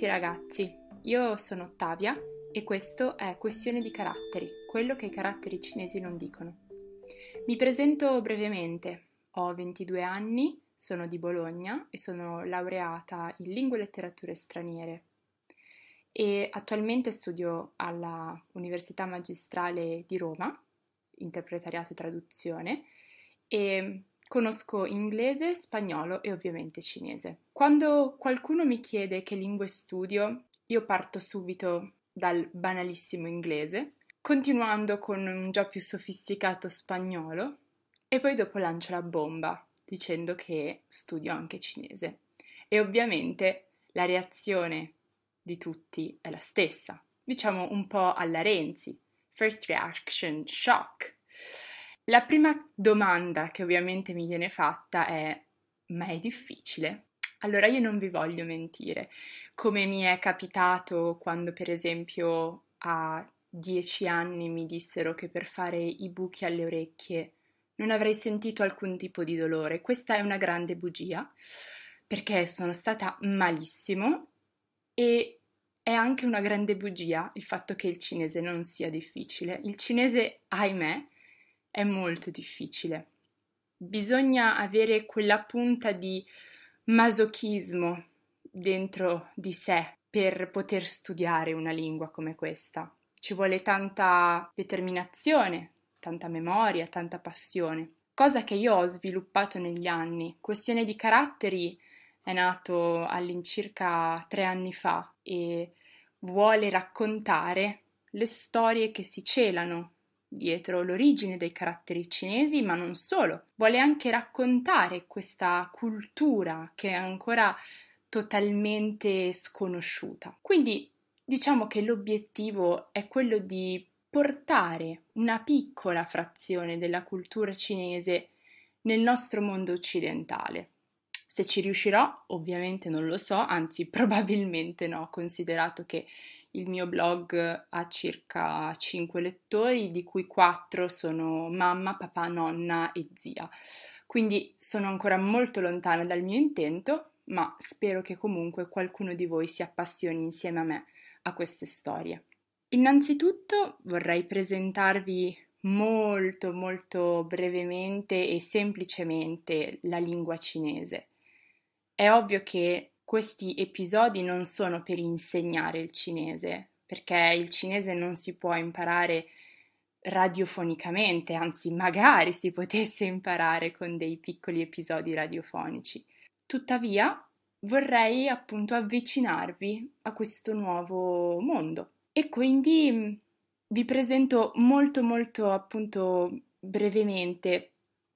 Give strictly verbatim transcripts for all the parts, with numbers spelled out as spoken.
tutti ragazzi, io sono Ottavia e questo è Questione di caratteri, quello che i caratteri cinesi non dicono. Mi presento brevemente, ho ventidue anni, sono di Bologna e sono laureata in lingue e letterature straniere e attualmente studio alla Università Magistrale di Roma, interpretariato e traduzione, e conosco inglese, spagnolo e ovviamente cinese. Quando qualcuno mi chiede che lingue studio, io parto subito dal banalissimo inglese, continuando con un già più sofisticato spagnolo e poi dopo lancio la bomba dicendo che studio anche cinese. E ovviamente la reazione di tutti è la stessa, diciamo un po' alla Renzi, first reaction, shock. La prima domanda che ovviamente mi viene fatta è: ma è difficile? Allora io non vi voglio mentire, come mi è capitato quando per esempio a dieci anni mi dissero che per fare i buchi alle orecchie non avrei sentito alcun tipo di dolore. Questa è una grande bugia, perché sono stata malissimo e è anche una grande bugia il fatto che il cinese non sia difficile. Il cinese, ahimè, è molto difficile. Bisogna avere quella punta di masochismo dentro di sé per poter studiare una lingua come questa. Ci vuole tanta determinazione, tanta memoria, tanta passione, cosa che io ho sviluppato negli anni. Questione di caratteri è nato all'incirca tre anni fa e vuole raccontare le storie che si celano dietro l'origine dei caratteri cinesi, ma non solo. Vuole anche raccontare questa cultura che è ancora totalmente sconosciuta. Quindi diciamo che l'obiettivo è quello di portare una piccola frazione della cultura cinese nel nostro mondo occidentale. Se ci riuscirò, ovviamente non lo so, anzi probabilmente no, considerato che il mio blog ha circa cinque lettori, di cui quattro sono mamma, papà, nonna e zia. Quindi sono ancora molto lontana dal mio intento, ma spero che comunque qualcuno di voi si appassioni insieme a me a queste storie. Innanzitutto vorrei presentarvi molto molto brevemente e semplicemente la lingua cinese. È ovvio che questi episodi non sono per insegnare il cinese, perché il cinese non si può imparare radiofonicamente, anzi magari si potesse imparare con dei piccoli episodi radiofonici. Tuttavia vorrei appunto avvicinarvi a questo nuovo mondo e quindi vi presento molto molto appunto brevemente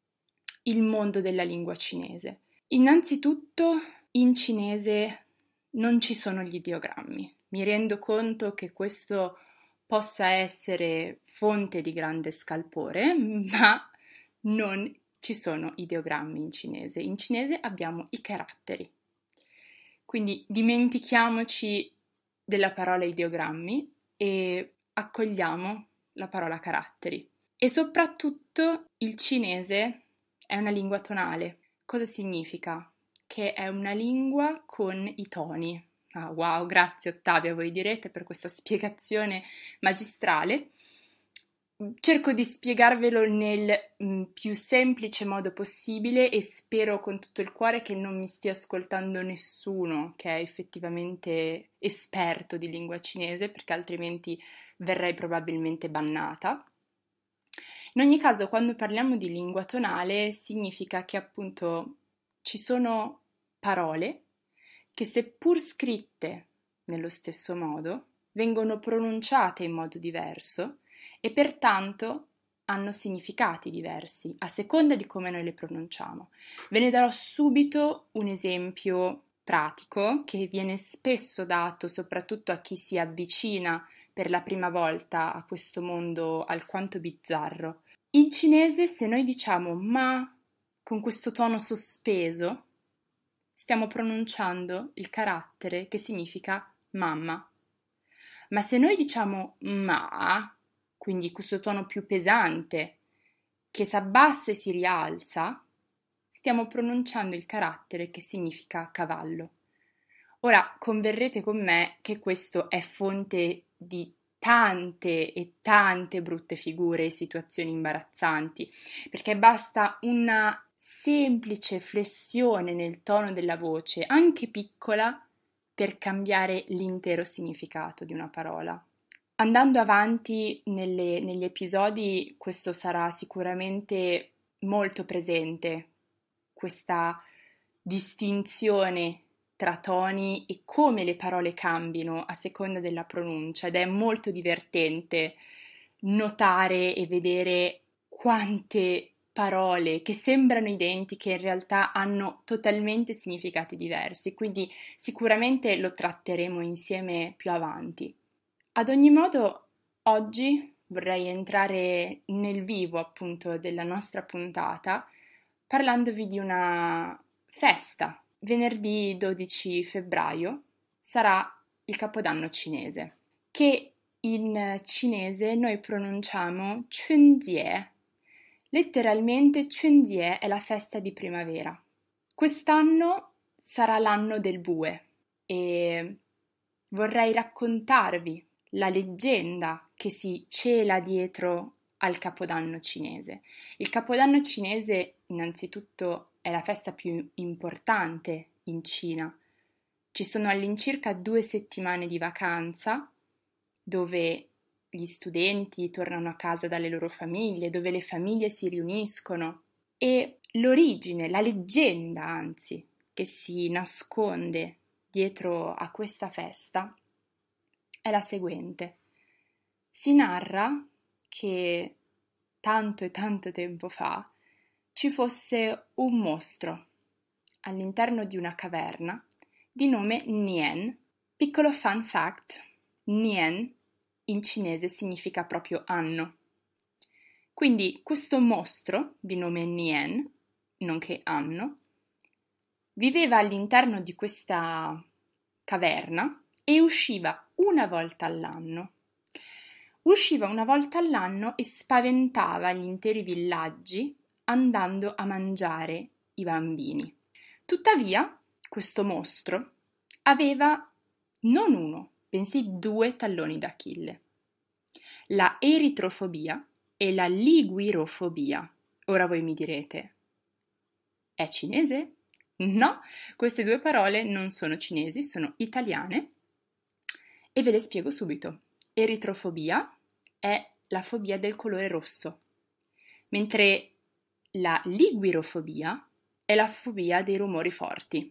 il mondo della lingua cinese. Innanzitutto in cinese non ci sono gli ideogrammi. Mi rendo conto che questo possa essere fonte di grande scalpore, ma non ci sono ideogrammi in cinese. In cinese abbiamo i caratteri. Quindi dimentichiamoci della parola ideogrammi e accogliamo la parola caratteri. E soprattutto il cinese è una lingua tonale. Cosa significa? Che è una lingua con i toni. Ah, wow, grazie Ottavia, voi direte, per questa spiegazione magistrale. Cerco di spiegarvelo nel mh, più semplice modo possibile e spero con tutto il cuore che non mi stia ascoltando nessuno che è effettivamente esperto di lingua cinese, perché altrimenti verrei probabilmente bannata. In ogni caso, quando parliamo di lingua tonale, significa che appunto ci sono parole che, seppur scritte nello stesso modo, vengono pronunciate in modo diverso e pertanto hanno significati diversi a seconda di come noi le pronunciamo. Ve ne darò subito un esempio pratico che viene spesso dato soprattutto a chi si avvicina per la prima volta a questo mondo alquanto bizzarro. In cinese, se noi diciamo ma con questo tono sospeso, stiamo pronunciando il carattere che significa mamma. Ma se noi diciamo ma, quindi questo tono più pesante, che si abbassa e si rialza, stiamo pronunciando il carattere che significa cavallo. Ora, converrete con me che questo è fonte di tante e tante brutte figure e situazioni imbarazzanti, perché basta una semplice flessione nel tono della voce, anche piccola, per cambiare l'intero significato di una parola. Andando avanti nelle- negli episodi, questo sarà sicuramente molto presente, questa distinzione tra toni e come le parole cambino a seconda della pronuncia, ed è molto divertente notare e vedere quante parole che sembrano identiche in realtà hanno totalmente significati diversi, quindi sicuramente lo tratteremo insieme più avanti. Ad ogni modo, oggi vorrei entrare nel vivo appunto della nostra puntata parlandovi di una festa. Venerdì dodici febbraio sarà il Capodanno cinese, che in cinese noi pronunciamo Chunjie. Letteralmente Chunjie è la festa di primavera. Quest'anno sarà l'anno del bue e vorrei raccontarvi la leggenda che si cela dietro al Capodanno cinese. Il Capodanno cinese, innanzitutto, è la festa più importante in Cina. Ci sono all'incirca due settimane di vacanza dove gli studenti tornano a casa dalle loro famiglie, dove le famiglie si riuniscono e l'origine, la leggenda anzi, che si nasconde dietro a questa festa è la seguente. Si narra che tanto e tanto tempo fa ci fosse un mostro all'interno di una caverna di nome Nian. Piccolo fun fact, Nian in cinese significa proprio anno. Quindi questo mostro di nome Nian, nonché anno, viveva all'interno di questa caverna e usciva una volta all'anno. Usciva una volta all'anno e spaventava gli interi villaggi andando a mangiare i bambini. Tuttavia, questo mostro aveva non uno, bensì due talloni d'Achille: la eritrofobia e la liguirofobia. Ora voi mi direte, è cinese? No, queste due parole non sono cinesi, sono italiane e ve le spiego subito. Eritrofobia è la fobia del colore rosso, mentre la liguirofobia è la fobia dei rumori forti.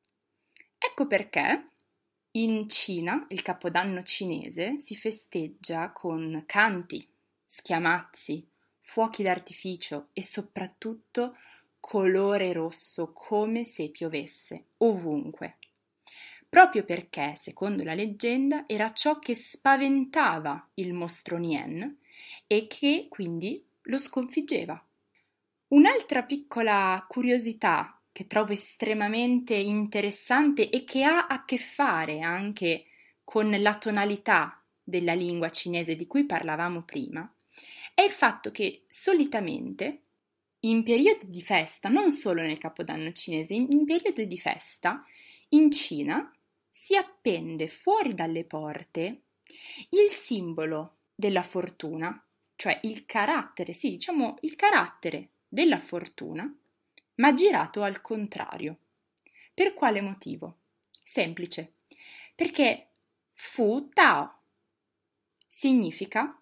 Ecco perché in Cina il Capodanno cinese si festeggia con canti, schiamazzi, fuochi d'artificio e soprattutto colore rosso, come se piovesse ovunque. Proprio perché, secondo la leggenda, era ciò che spaventava il mostro Nien e che quindi lo sconfiggeva. Un'altra piccola curiosità che trovo estremamente interessante e che ha a che fare anche con la tonalità della lingua cinese di cui parlavamo prima è il fatto che solitamente in periodi di festa, non solo nel Capodanno cinese, in periodi di festa in Cina si appende fuori dalle porte il simbolo della fortuna, cioè il carattere, sì, diciamo il carattere della fortuna, ma girato al contrario. Per quale motivo? Semplice, perché Fu Tao significa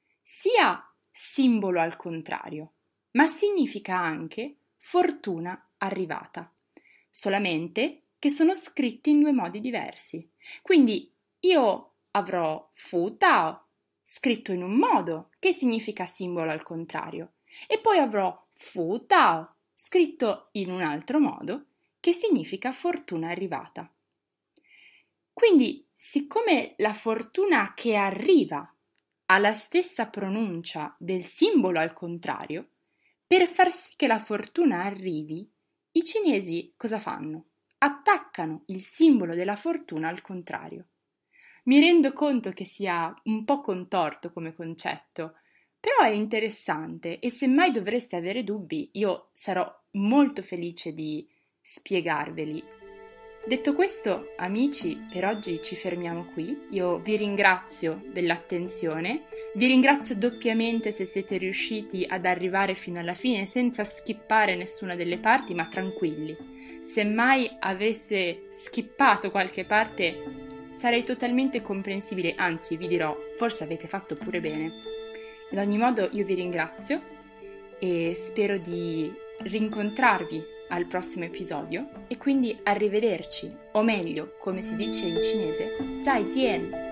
sia simbolo al contrario, ma significa anche fortuna arrivata, solamente che sono scritti in due modi diversi. Quindi io avrò Fu Tao scritto in un modo che significa simbolo al contrario e poi avrò Fu Tao scritto in un altro modo che significa fortuna arrivata. Quindi, siccome la fortuna che arriva ha la stessa pronuncia del simbolo al contrario, per far sì che la fortuna arrivi, i cinesi cosa fanno? Attaccano il simbolo della fortuna al contrario. Mi rendo conto che sia un po' contorto come concetto, però è interessante e se mai dovreste avere dubbi, io sarò molto felice di spiegarveli. Detto questo, amici, per oggi ci fermiamo qui. Io vi ringrazio dell'attenzione, vi ringrazio doppiamente se siete riusciti ad arrivare fino alla fine senza skippare nessuna delle parti, ma tranquilli. Se mai aveste skippato qualche parte, sarei totalmente comprensibile, anzi vi dirò, forse avete fatto pure bene. Ad ogni modo io vi ringrazio e spero di rincontrarvi al prossimo episodio e quindi arrivederci, o meglio, come si dice in cinese, 再见!